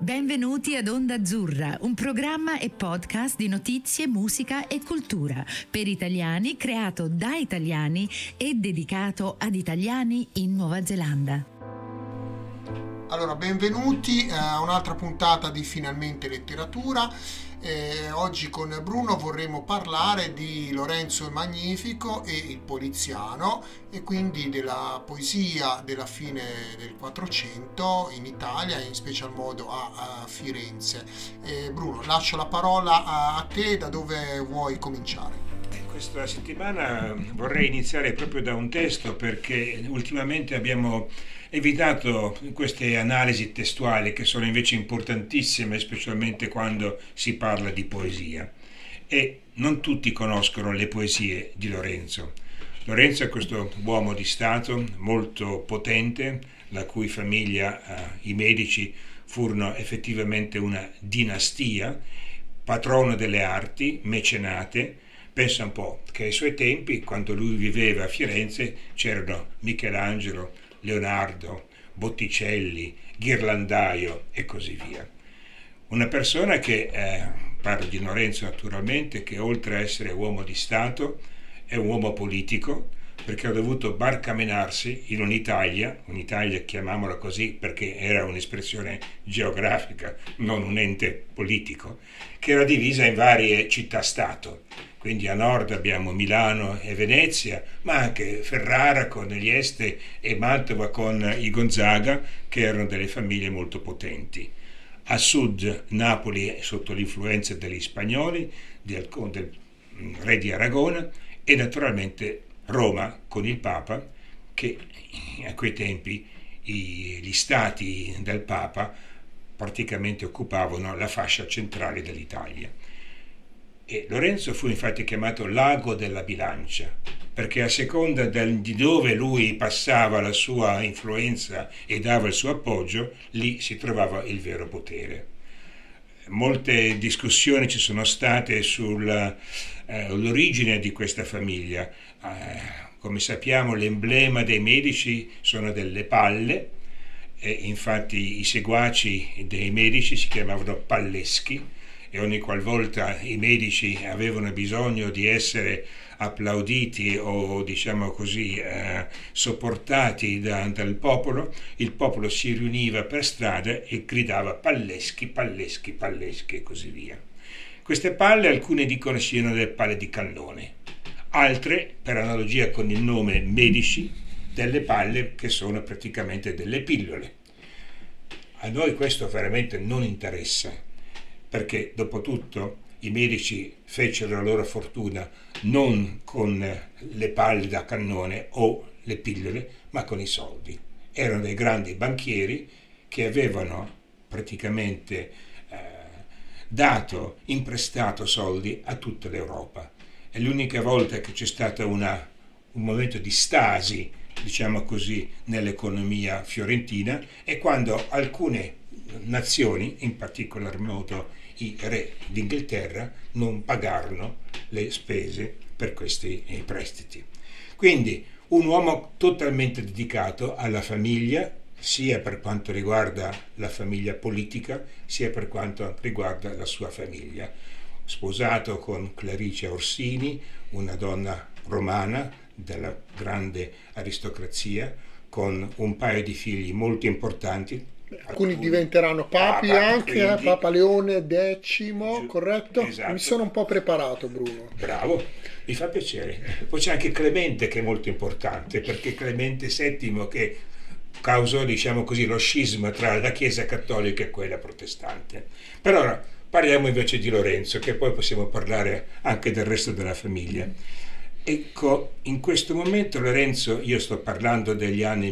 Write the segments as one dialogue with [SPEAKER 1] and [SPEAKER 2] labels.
[SPEAKER 1] Benvenuti ad Onda Azzurra, un programma e podcast di notizie, musica e cultura per italiani, creato da italiani e dedicato ad italiani in Nuova Zelanda.
[SPEAKER 2] Allora, benvenuti a un'altra puntata di Finalmente Letteratura. Oggi con Bruno vorremmo parlare di Lorenzo il Magnifico e il Poliziano, e quindi della poesia della fine del Quattrocento in Italia e in special modo a Firenze. Bruno, lascio la parola a te, da dove vuoi cominciare?
[SPEAKER 3] Questa settimana vorrei iniziare proprio da un testo, perché ultimamente abbiamo evitato queste analisi testuali che sono invece importantissime, specialmente quando si parla di poesia, e non tutti conoscono le poesie di Lorenzo. Lorenzo è questo uomo di Stato molto potente, la cui famiglia, i Medici, furono effettivamente una dinastia, patrono delle arti, mecenate. Pensa un po' che ai suoi tempi, quando lui viveva a Firenze, c'erano Michelangelo, Leonardo, Botticelli, Ghirlandaio e così via. Una persona che, parlo di Lorenzo naturalmente, che oltre a essere uomo di Stato è un uomo politico, perché ha dovuto barcamenarsi in un'Italia, chiamiamola così perché era un'espressione geografica, non un ente politico, che era divisa in varie città-stato. Quindi a nord abbiamo Milano e Venezia, ma anche Ferrara con gli Este e Mantova con i Gonzaga, che erano delle famiglie molto potenti. A sud Napoli sotto l'influenza degli spagnoli, del re di Aragona, e naturalmente Roma con il Papa, che a quei tempi gli stati del Papa praticamente occupavano la fascia centrale dell'Italia. E Lorenzo fu infatti chiamato l'ago della bilancia, perché a seconda di dove lui passava la sua influenza e dava il suo appoggio, lì si trovava il vero potere. Molte discussioni ci sono state sull'origine di questa famiglia. Come sappiamo, l'emblema dei Medici sono delle palle, e infatti i seguaci dei Medici si chiamavano Palleschi, e ogni qualvolta i Medici avevano bisogno di essere applauditi o, diciamo così, sopportati dal popolo, il popolo si riuniva per strada e gridava Palleschi, Palleschi, Palleschi e così via. Queste palle, alcune dicono siano delle palle di cannone, altre, per analogia con il nome Medici, delle palle che sono praticamente delle pillole. A noi questo veramente non interessa, perché dopo tutto i Medici fecero la loro fortuna non con le palle da cannone o le pillole, ma con i soldi. Erano dei grandi banchieri che avevano praticamente imprestato soldi a tutta l'Europa. E l'unica volta che c'è stato un momento di stasi, diciamo così, nell'economia fiorentina è quando alcune nazioni, in particolar modo i re d'Inghilterra, non pagarono le spese per questi prestiti. Quindi un uomo totalmente dedicato alla famiglia, sia per quanto riguarda la famiglia politica, sia per quanto riguarda la sua famiglia. Sposato con Clarice Orsini, una donna romana della grande aristocrazia, con un paio di figli molto importanti.
[SPEAKER 2] Alcuni diventeranno papi anche,
[SPEAKER 3] quindi,
[SPEAKER 2] Papa Leone X, corretto?
[SPEAKER 3] Esatto.
[SPEAKER 2] Mi sono un po' preparato, Bruno.
[SPEAKER 3] Bravo, mi fa piacere. Poi c'è anche Clemente, che è molto importante, perché Clemente VII che causò, diciamo così, lo scisma tra la Chiesa cattolica e quella protestante. Per ora parliamo invece di Lorenzo, che poi possiamo parlare anche del resto della famiglia. Ecco, in questo momento Lorenzo, io sto parlando degli anni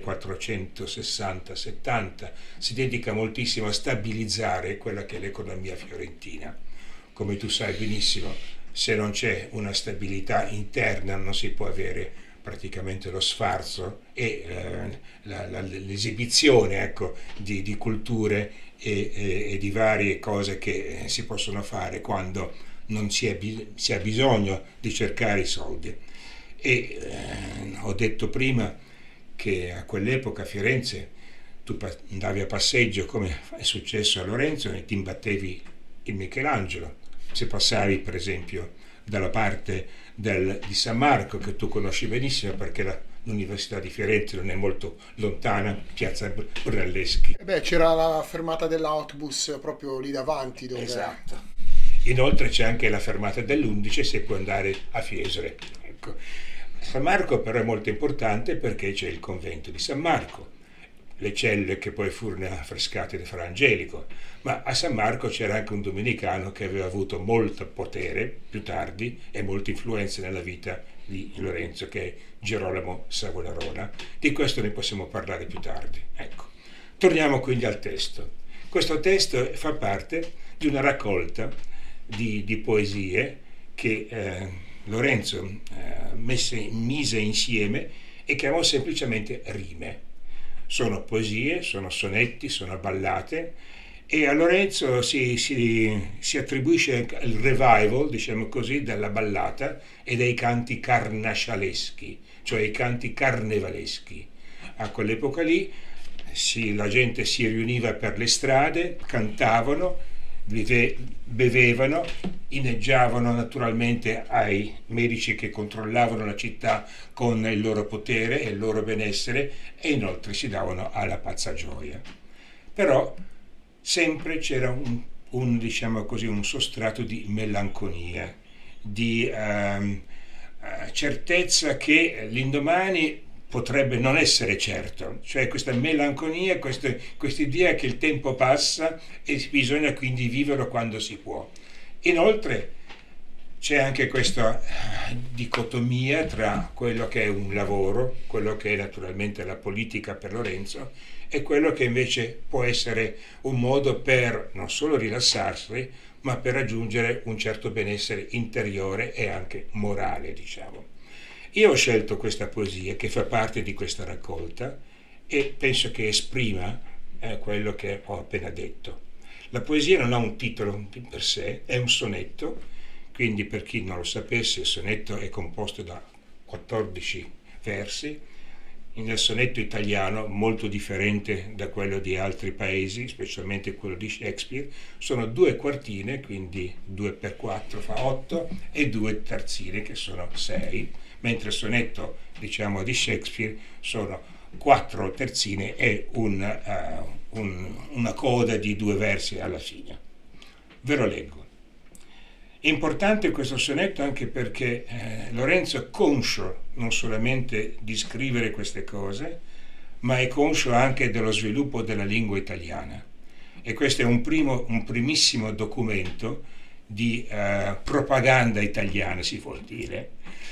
[SPEAKER 3] 1460-70, si dedica moltissimo a stabilizzare quella che è l'economia fiorentina. Come tu sai benissimo, se non c'è una stabilità interna non si può avere praticamente lo sfarzo e l'esibizione, ecco, di culture e di varie cose che si possono fare quando non si ha bisogno di cercare i soldi. E ho detto prima che a quell'epoca Firenze tu andavi a passeggio, come è successo a Lorenzo, e ti imbattevi il Michelangelo. Se passavi, per esempio, dalla parte di San Marco, che tu conosci benissimo perché l'Università di Firenze non è molto lontana, piazza Brunelleschi.
[SPEAKER 2] C'era la fermata dell'autobus proprio lì davanti.
[SPEAKER 3] Esatto. Inoltre c'è anche la fermata dell'11 se puoi andare a Fiesole. Ecco. San Marco però è molto importante perché c'è il convento di San Marco, le celle che poi furono affrescate da Fra Angelico, ma a San Marco c'era anche un domenicano che aveva avuto molto potere più tardi e molte influenze nella vita di Lorenzo, che è Girolamo Savonarola. Di questo ne possiamo parlare più tardi. Ecco. Torniamo quindi al testo. Questo testo fa parte di una raccolta di poesie che Lorenzo mise insieme e chiamò semplicemente rime. Sono poesie, sono sonetti, sono ballate, e a Lorenzo si attribuisce il revival, diciamo così, della ballata e dei canti carnascialeschi, cioè i canti carnevaleschi. A quell'epoca lì la gente si riuniva per le strade, cantavano, bevevano, inneggiavano naturalmente ai medici che controllavano la città con il loro potere e il loro benessere, e inoltre si davano alla pazza gioia. Però sempre c'era diciamo così, un sostrato di melanconia, di certezza che l'indomani potrebbe non essere certo, cioè questa melanconia, questa idea che il tempo passa e bisogna quindi viverlo quando si può. Inoltre c'è anche questa dicotomia tra quello che è un lavoro, quello che è naturalmente la politica per Lorenzo, e quello che invece può essere un modo per non solo rilassarsi, ma per raggiungere un certo benessere interiore e anche morale, diciamo. Io ho scelto questa poesia che fa parte di questa raccolta e penso che esprima quello che ho appena detto. La poesia non ha un titolo per sé, è un sonetto, quindi per chi non lo sapesse il sonetto è composto da 14 versi. Nel sonetto italiano, molto differente da quello di altri paesi, specialmente quello di Shakespeare, sono 2 quartine, quindi 2 per 4 fa 8, e 2 terzine che sono 6, mentre il sonetto, diciamo, di Shakespeare sono 4 terzine e una coda di 2 versi alla fine. Ve lo leggo. È importante questo sonetto anche perché Lorenzo è conscio non solamente di scrivere queste cose, ma è conscio anche dello sviluppo della lingua italiana. E questo è un primissimo documento di propaganda italiana, si vuol dire.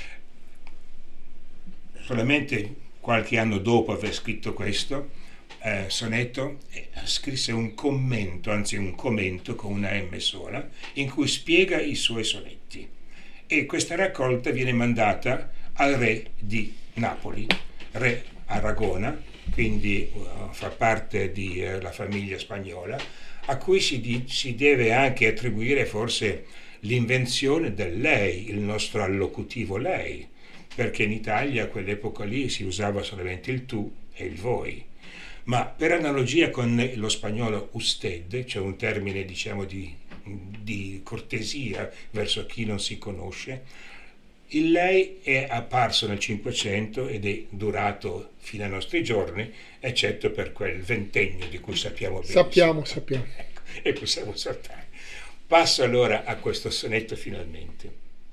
[SPEAKER 3] Solamente qualche anno dopo aver scritto questo sonetto, scrisse un commento con una M sola, in cui spiega i suoi sonetti. E questa raccolta viene mandata al re di Napoli, re Aragona, quindi fa parte della famiglia spagnola, a cui si deve anche attribuire forse l'invenzione del lei, il nostro allocutivo lei, perché in Italia a quell'epoca lì si usava solamente il tu e il voi. Ma per analogia con lo spagnolo usted, cioè un termine diciamo di cortesia verso chi non si conosce, il lei è apparso nel Cinquecento ed è durato fino ai nostri giorni, eccetto per quel ventennio di cui sappiamo benissimo.
[SPEAKER 2] Sappiamo.
[SPEAKER 3] Ecco, e possiamo saltare. Passo allora a questo sonetto finalmente.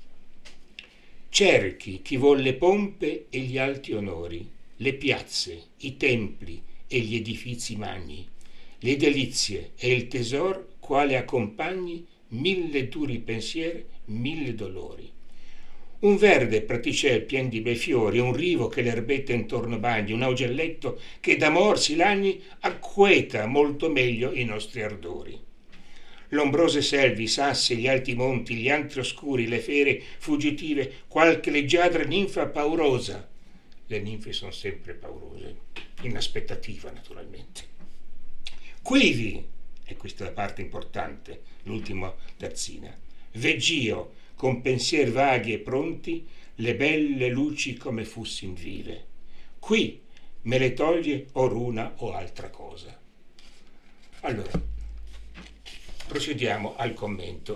[SPEAKER 3] Cerchi chi volle pompe e gli alti onori, le piazze, i templi e gli edifizi magni, le delizie e il tesor quale accompagni 1000 duri pensieri, 1000 dolori. Un verde praticel pien di bei fiori, un rivo che l'erbetta intorno bagni, un augelletto che d'amor si lagni acqueta molto meglio i nostri ardori. L'ombrose selve, i sassi, gli alti monti, gli antri oscuri, le fere fuggitive, qualche leggiadra ninfa paurosa. Le ninfe sono sempre paurose, in aspettativa naturalmente. Quivi, e questa è la parte importante, l'ultima terzina, vegg'io, con pensier vaghi e pronti, le belle luci come fussin vive. Qui, me le toglie or una o altra cosa. Allora, procediamo al commento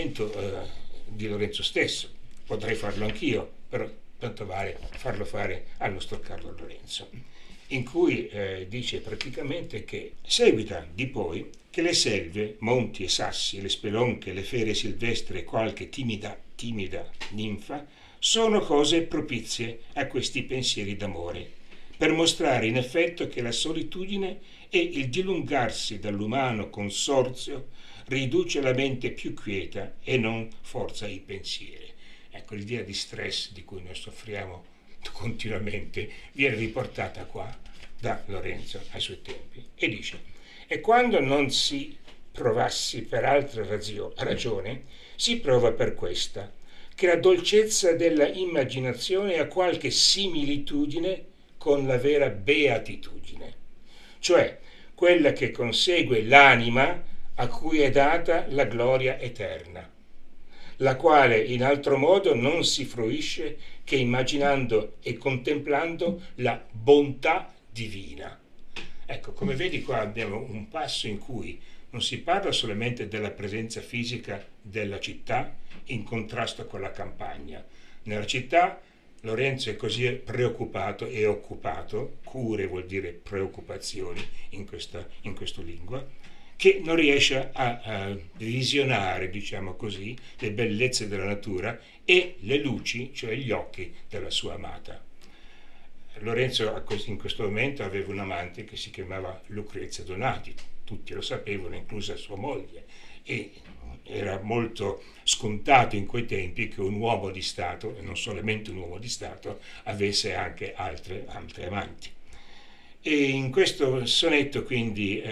[SPEAKER 3] di Lorenzo stesso. Potrei farlo anch'io, però tanto vale farlo fare al nostro Carlo Lorenzo, in cui dice praticamente che seguita di poi che le selve, monti e sassi, le spelonche, le fere silvestri e qualche timida ninfa sono cose propizie a questi pensieri d'amore, per mostrare in effetto che la solitudine e il dilungarsi dall'umano consorzio riduce la mente più quieta e non forza i pensieri. Ecco, l'idea di stress di cui noi soffriamo continuamente viene riportata qua da Lorenzo ai suoi tempi e dice: e quando non si provassi per altra ragione, si prova per questa, che la dolcezza della immaginazione ha qualche similitudine con la vera beatitudine, cioè quella che consegue l'anima a cui è data la gloria eterna, la quale in altro modo non si fruisce che immaginando e contemplando la bontà divina. Ecco, come vedi qua abbiamo un passo in cui non si parla solamente della presenza fisica della città in contrasto con la campagna. Nella città Lorenzo è così preoccupato e occupato, cure vuol dire preoccupazioni in questa lingua, che non riesce a visionare, diciamo così, le bellezze della natura e le luci, cioè gli occhi della sua amata. Lorenzo in questo momento aveva un'amante che si chiamava Lucrezia Donati, tutti lo sapevano, inclusa sua moglie, e era molto scontato in quei tempi che un uomo di Stato, e non solamente un uomo di Stato, avesse anche altre amanti. E in questo sonetto quindi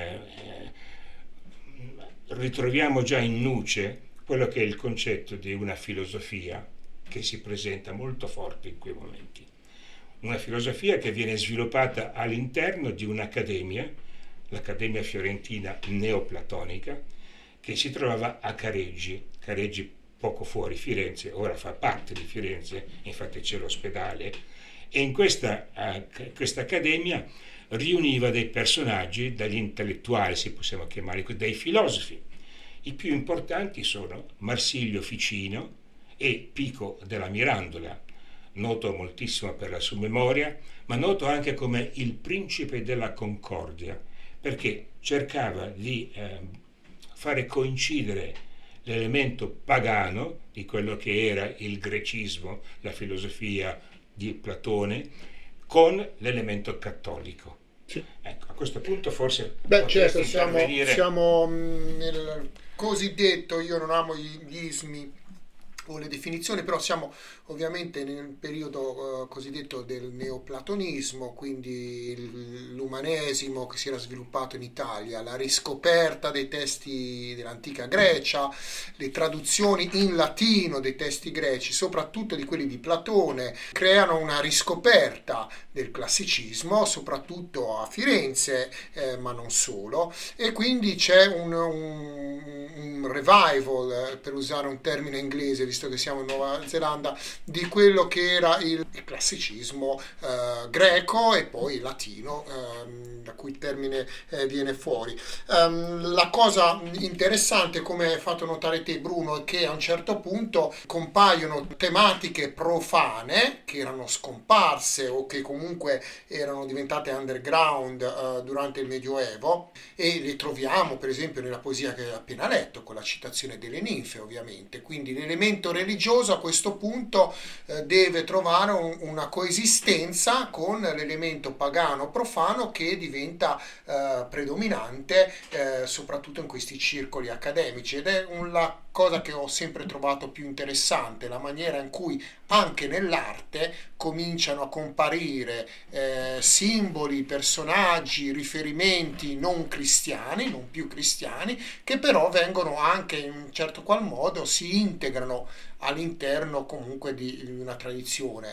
[SPEAKER 3] ritroviamo già in nuce quello che è il concetto di una filosofia che si presenta molto forte in quei momenti. Una filosofia che viene sviluppata all'interno di un'accademia, l'Accademia Fiorentina Neoplatonica, che si trovava a Careggi poco fuori Firenze, ora fa parte di Firenze, infatti c'è l'ospedale, e in questa accademia riuniva dei personaggi, dagli intellettuali, se possiamo chiamarli, dei filosofi. I più importanti sono Marsilio Ficino e Pico della Mirandola, noto moltissimo per la sua memoria, ma noto anche come il principe della concordia, perché cercava di fare coincidere l'elemento pagano di quello che era il grecismo, la filosofia di Platone, con l'elemento cattolico. Sì. Ecco, a questo punto forse
[SPEAKER 2] certo, siamo nel cosiddetto, io non amo gli ismi o le definizioni, però siamo ovviamente nel periodo cosiddetto del neoplatonismo, quindi l'umanesimo che si era sviluppato in Italia, la riscoperta dei testi dell'antica Grecia, le traduzioni in latino dei testi greci, soprattutto di quelli di Platone, creano una riscoperta del classicismo, soprattutto a Firenze, ma non solo, e quindi c'è un revival, per usare un termine inglese, visto che siamo in Nuova Zelanda, di quello che era il classicismo greco e poi latino, da cui il termine viene fuori. La cosa interessante, come hai fatto notare te, Bruno, è che a un certo punto compaiono tematiche profane che erano scomparse o che comunque erano diventate underground durante il Medioevo, e le troviamo per esempio nella poesia che hai appena letto, con la citazione delle ninfe ovviamente. Quindi l'elemento religioso a questo punto deve trovare una coesistenza con l'elemento pagano profano che diventa predominante soprattutto in questi circoli accademici, ed è la cosa che ho sempre trovato più interessante, la maniera in cui anche nell'arte cominciano a comparire simboli, personaggi, riferimenti non cristiani, non più cristiani, che però vengono anche in un certo qual modo, si integrano all'interno comunque di una tradizione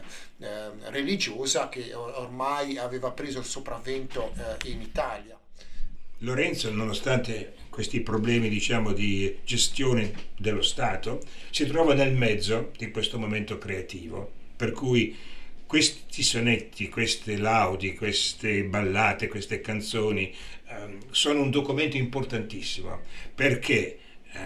[SPEAKER 2] religiosa che ormai aveva preso il sopravvento in Italia.
[SPEAKER 3] Lorenzo, nonostante questi problemi, diciamo, di gestione dello Stato, si trova nel mezzo di questo momento creativo, per cui questi sonetti, queste laudi, queste ballate, queste canzoni sono un documento importantissimo perché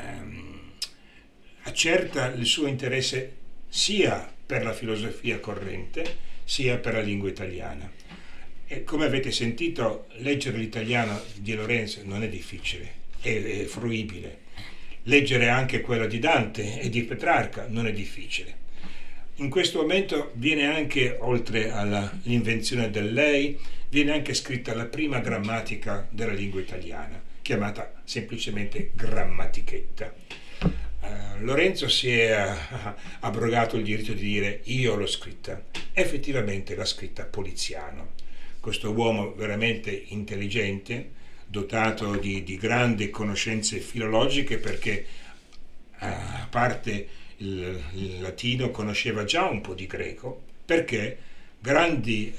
[SPEAKER 3] accerta il suo interesse sia per la filosofia corrente sia per la lingua italiana. E come avete sentito, leggere l'italiano di Lorenzo non è difficile, è fruibile. Leggere anche quello di Dante e di Petrarca non è difficile. In questo momento viene anche, oltre all'invenzione del lei, viene anche scritta la prima grammatica della lingua italiana, chiamata semplicemente grammatichetta. Lorenzo si è abrogato il diritto di dire io l'ho scritta. Effettivamente l'ha scritta Poliziano, questo uomo veramente intelligente, dotato di grandi conoscenze filologiche, perché a parte il latino conosceva già un po' di greco, perché grandi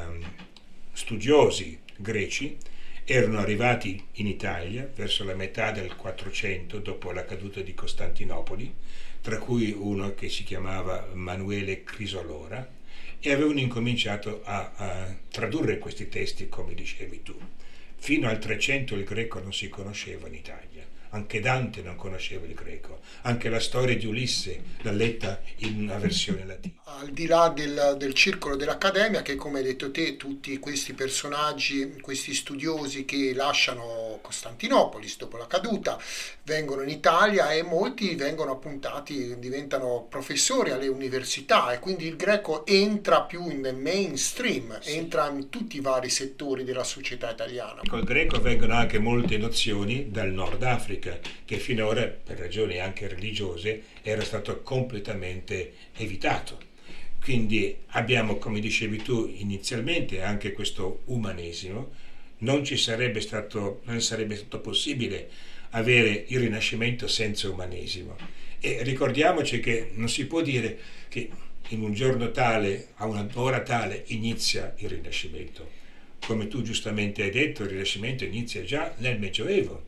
[SPEAKER 3] studiosi greci erano arrivati in Italia verso la metà del 400 dopo la caduta di Costantinopoli, tra cui uno che si chiamava Manuele Crisolora, e avevano incominciato a tradurre questi testi, come dicevi tu. Fino al 300 il greco non si conosceva in Italia, anche Dante non conosceva il greco, anche la storia di Ulisse l'ha letta in una versione latina.
[SPEAKER 2] Al di là del circolo dell'Accademia, che come hai detto te, tutti questi personaggi, questi studiosi che lasciano Costantinopoli dopo la caduta, vengono in Italia e molti vengono appuntati, diventano professori alle università, e quindi il greco entra più nel mainstream, sì. Entra in tutti i vari settori della società italiana.
[SPEAKER 3] Col greco vengono anche molte nozioni dal Nord Africa, che finora, per ragioni anche religiose, era stato completamente evitato. Quindi abbiamo, come dicevi tu inizialmente, anche questo umanesimo. Non sarebbe stato possibile avere il Rinascimento senza umanesimo. E ricordiamoci che non si può dire che in un giorno tale, a un'ora tale, inizia il Rinascimento. Come tu giustamente hai detto, il Rinascimento inizia già nel Medioevo,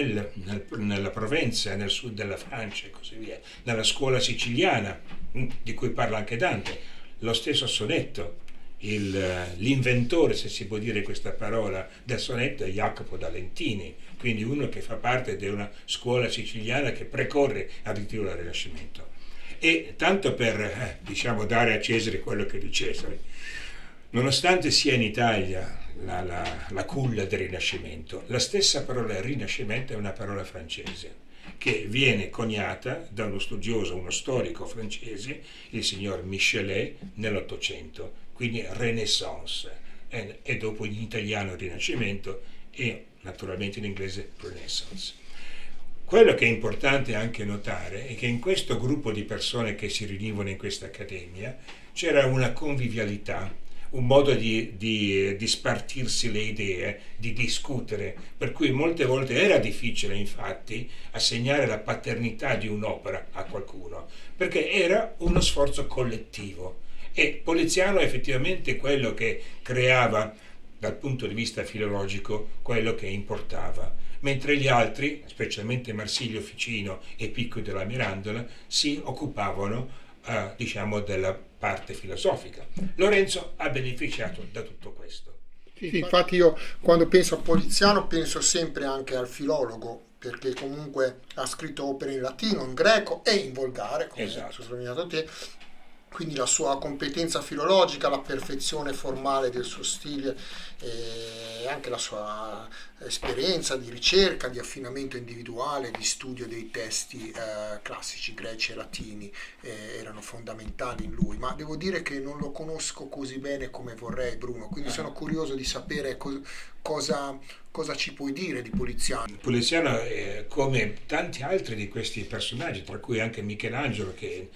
[SPEAKER 3] nella Provenza, nel sud della Francia e così via, nella scuola siciliana, di cui parla anche Dante. Lo stesso sonetto, l'inventore, se si può dire questa parola, del sonetto è Jacopo da Lentini, quindi uno che fa parte di una scuola siciliana che precorre addirittura il Rinascimento. E tanto per dare a Cesare quello che è di Cesare, nonostante sia in Italia la culla del Rinascimento, la stessa parola Rinascimento è una parola francese che viene coniata da uno studioso, uno storico francese, il signor Michelet, nell'Ottocento, quindi Renaissance, e dopo in italiano Rinascimento e naturalmente in inglese Renaissance. Quello che è importante anche notare è che in questo gruppo di persone che si riunivano in questa accademia c'era una convivialità, un modo di spartirsi le idee, di discutere, per cui molte volte era difficile infatti assegnare la paternità di un'opera a qualcuno, perché era uno sforzo collettivo, e Poliziano è effettivamente quello che creava dal punto di vista filologico quello che importava, mentre gli altri, specialmente Marsilio Ficino e Pico della Mirandola, si occupavano della parte filosofica. Lorenzo ha beneficiato da tutto questo.
[SPEAKER 2] Sì, infatti io quando penso a Poliziano penso sempre anche al filologo, perché comunque ha scritto opere in latino, in greco e in volgare, come hai sottolineato te. Quindi la sua competenza filologica, la perfezione formale del suo stile e anche la sua esperienza di ricerca, di affinamento individuale, di studio dei testi classici greci e latini erano fondamentali in lui. Ma devo dire che non lo conosco così bene come vorrei, Bruno, quindi sono curioso di sapere cosa ci puoi dire di Poliziano.
[SPEAKER 3] Poliziano, come tanti altri di questi personaggi, tra cui anche Michelangelo,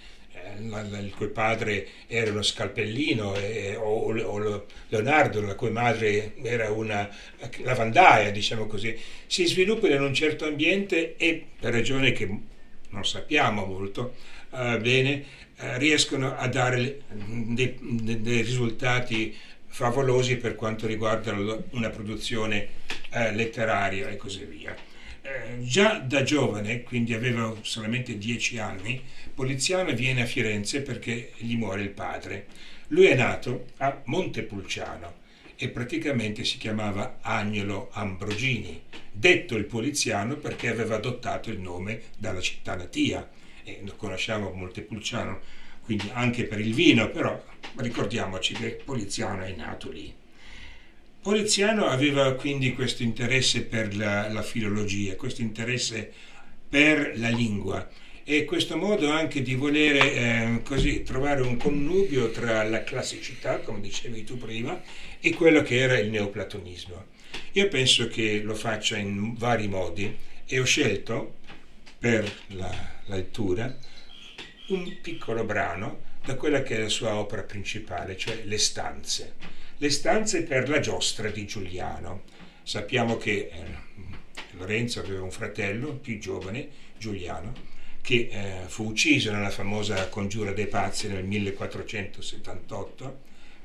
[SPEAKER 3] il cui padre era uno scalpellino, o Leonardo, la cui madre era una lavandaia, diciamo così, si sviluppano in un certo ambiente e, per ragioni che non sappiamo molto bene, riescono a dare dei risultati favolosi per quanto riguarda una produzione letteraria e così via. già da giovane, quindi aveva solamente 10 anni, Poliziano viene a Firenze perché gli muore il padre. Lui è nato a Montepulciano e praticamente si chiamava Agnolo Ambrogini, detto il Poliziano perché aveva adottato il nome dalla città natia, e lo conosciamo Montepulciano, quindi anche per il vino, però ricordiamoci che Poliziano è nato lì. Poliziano aveva quindi questo interesse per la filologia, questo interesse per la lingua e questo modo anche di volere così trovare un connubio tra la classicità, come dicevi tu prima, e quello che era il neoplatonismo. Io penso che lo faccia in vari modi e ho scelto per la lettura un piccolo brano da quella che è la sua opera principale, cioè Le stanze. Le stanze per la giostra di Giuliano. Sappiamo che Lorenzo aveva un fratello più giovane, Giuliano, che fu ucciso nella famosa congiura dei pazzi nel 1478.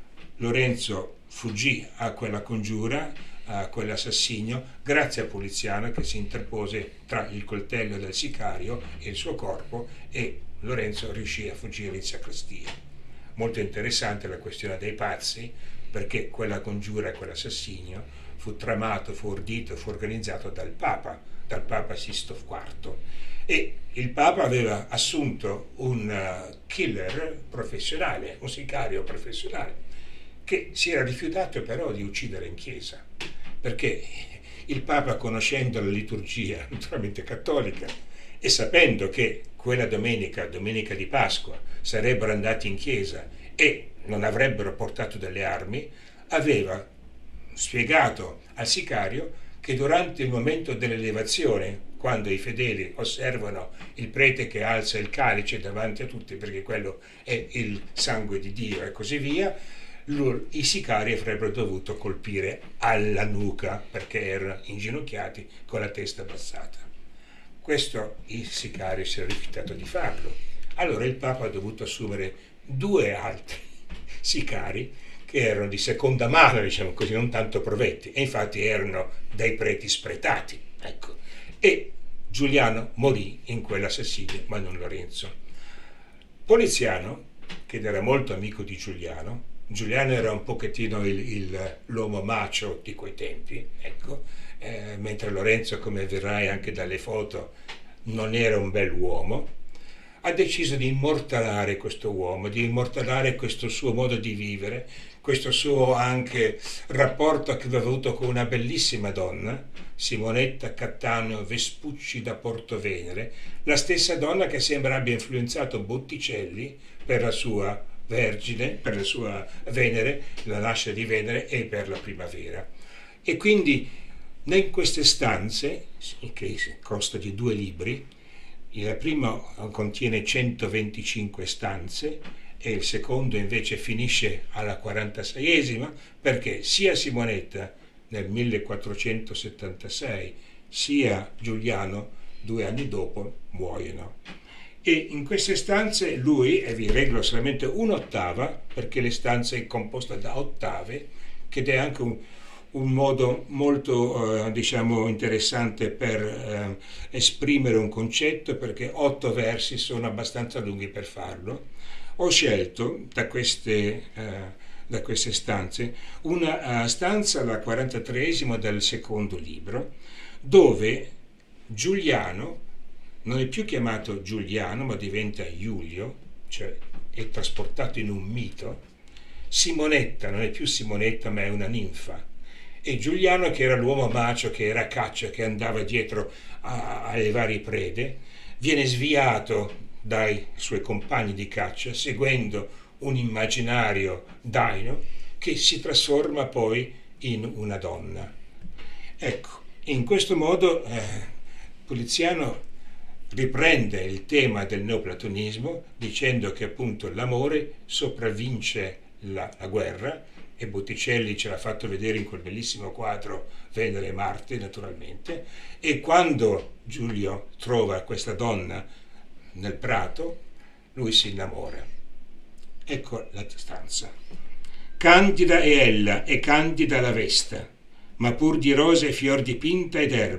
[SPEAKER 3] Lorenzo fuggì a quella congiura, a quell'assassinio, grazie a Poliziano che si interpose tra il coltello del sicario e il suo corpo e Lorenzo riuscì a fuggire in sacrestia. Molto interessante la questione dei pazzi, perché quella congiura e quell'assassinio fu tramato, fu ordito, fu organizzato dal Papa Sisto IV. E il Papa aveva assunto un killer professionale, un sicario professionale, che si era rifiutato però di uccidere in chiesa, perché il Papa, conoscendo la liturgia naturalmente cattolica e sapendo che quella domenica di Pasqua, sarebbero andati in chiesa e non avrebbero portato delle armi, aveva spiegato al sicario che durante il momento dell'elevazione, quando i fedeli osservano il prete che alza il calice davanti a tutti perché quello è il sangue di Dio e così via, i sicari avrebbero dovuto colpire alla nuca perché erano inginocchiati con la testa abbassata. Questo il sicario si è rifiutato di farlo. Allora il Papa ha dovuto assumere 2 altri sicari che erano di seconda mano, diciamo così, non tanto provetti, e infatti erano dei preti spretati, ecco. E Giuliano morì in quell'assassinio, ma non Lorenzo. Poliziano, che era molto amico di Giuliano era un pochettino l'uomo macho di quei tempi, ecco, mentre Lorenzo, come vedrai anche dalle foto, non era un bell'uomo. Ha deciso di immortalare questo uomo, di immortalare questo suo modo di vivere, questo suo anche rapporto che aveva avuto con una bellissima donna, Simonetta Cattaneo Vespucci da Portovenere, la stessa donna che sembra abbia influenzato Botticelli per la sua Vergine, per la sua Venere, la nascita di Venere e per la primavera. E quindi in queste stanze, che consta di 2 libri, il primo contiene 125 stanze e il secondo invece finisce alla 46esima, perché sia Simonetta nel 1476 sia Giuliano 2 anni dopo muoiono. E in queste stanze lui, e vi regolo solamente un'ottava, perché le stanze è composta da ottave, che è anche un modo molto diciamo interessante per esprimere un concetto, perché 8 versi sono abbastanza lunghi per farlo. Ho scelto da queste stanze una stanza, la 43esima del secondo libro, dove Giuliano non è più chiamato Giuliano ma diventa Giulio, cioè è trasportato in un mito. Simonetta non è più Simonetta ma è una ninfa, e Giuliano, che era l'uomo macio, che era a caccia, che andava dietro alle varie prede, viene sviato dai suoi compagni di caccia seguendo un immaginario daino che si trasforma poi in una donna. Ecco, in questo modo Poliziano riprende il tema del neoplatonismo dicendo che appunto l'amore sopravvince la guerra, e Botticelli ce l'ha fatto vedere in quel bellissimo quadro Venere e Marte, naturalmente, e quando Giulio trova questa donna nel prato, lui si innamora. Ecco la stanza. Candida è ella e candida la vesta, ma pur di rose e fior dipinta ed erba,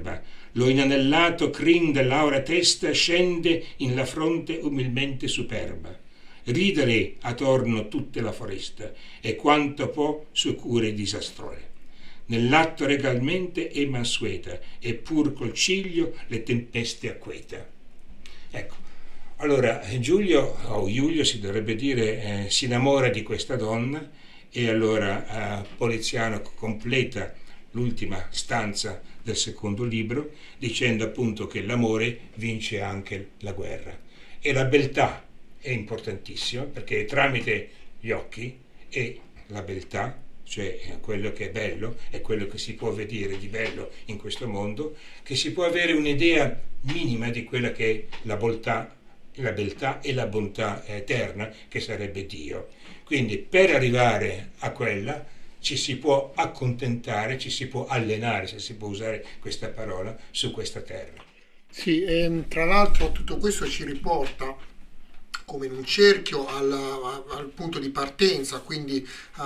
[SPEAKER 3] lo inanellato crin dell'aura testa scende in la fronte umilmente superba. Ridere attorno tutta la foresta e quanto può su cure disastrose. Nell'atto regalmente e mansueta e pur col ciglio le tempeste acqueta. Ecco, allora Giulio si dovrebbe dire, si innamora di questa donna e allora Poliziano completa l'ultima stanza del secondo libro dicendo appunto che l'amore vince anche la guerra e la beltà è importantissima perché tramite gli occhi e la beltà, cioè quello che è bello e quello che si può vedere di bello in questo mondo, che si può avere un'idea minima di quella che è la beltà e la bontà eterna che sarebbe Dio. Quindi per arrivare a quella ci si può accontentare, ci si può allenare, se si può usare questa parola, su questa terra.
[SPEAKER 2] Sì, tra l'altro tutto questo ci riporta come in un cerchio al punto di partenza, quindi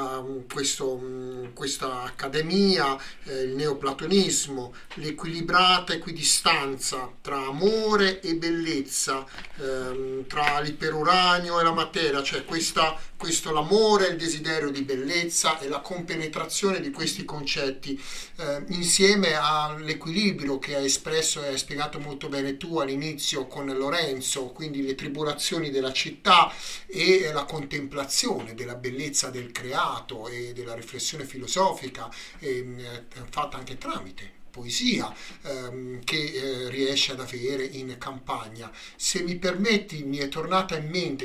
[SPEAKER 2] questa accademia, il neoplatonismo, l'equilibrata equidistanza tra amore e bellezza, tra l'iperuranio e la materia, cioè questo l'amore, il desiderio di bellezza e la compenetrazione di questi concetti insieme all'equilibrio che hai espresso e hai spiegato molto bene tu all'inizio con Lorenzo, quindi le tribolazioni della città e la contemplazione della bellezza del creato e della riflessione filosofica fatta anche tramite poesia che riesce ad avere in campagna. Se mi permetti, mi è tornata in mente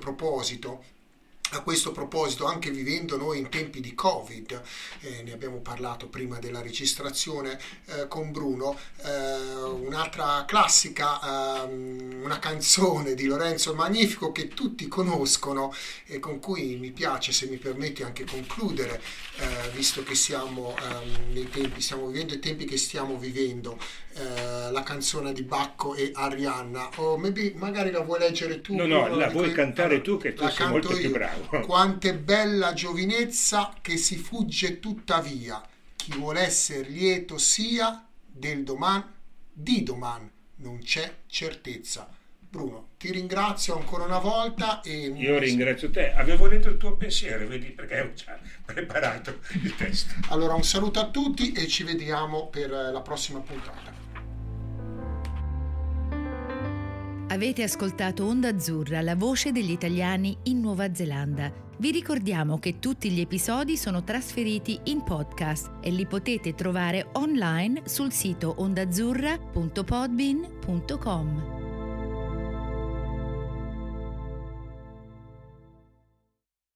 [SPEAKER 2] a questo proposito, anche vivendo noi in tempi di Covid, ne abbiamo parlato prima della registrazione con Bruno, un'altra classica, una canzone di Lorenzo il Magnifico che tutti conoscono e con cui mi piace, se mi permetti, anche concludere, visto che stiamo vivendo i tempi che stiamo vivendo, la canzone di Bacco e Arianna. Magari la vuoi leggere tu?
[SPEAKER 3] No, la vuoi cantare tu, che tu sei molto più bravo.
[SPEAKER 2] Quant'è bella giovinezza che si fugge tuttavia, chi vuol essere lieto sia del di doman non c'è certezza. Bruno, ti ringrazio ancora una volta.
[SPEAKER 3] Io ringrazio te, avevo letto il tuo pensiero, vedi, perché ho già preparato il testo.
[SPEAKER 2] Allora un saluto a tutti e ci vediamo per la prossima puntata.
[SPEAKER 1] Avete ascoltato Onda Azzurra, la voce degli italiani in Nuova Zelanda. Vi ricordiamo che tutti gli episodi sono trasferiti in podcast e li potete trovare online sul sito ondaazzurra.podbean.com.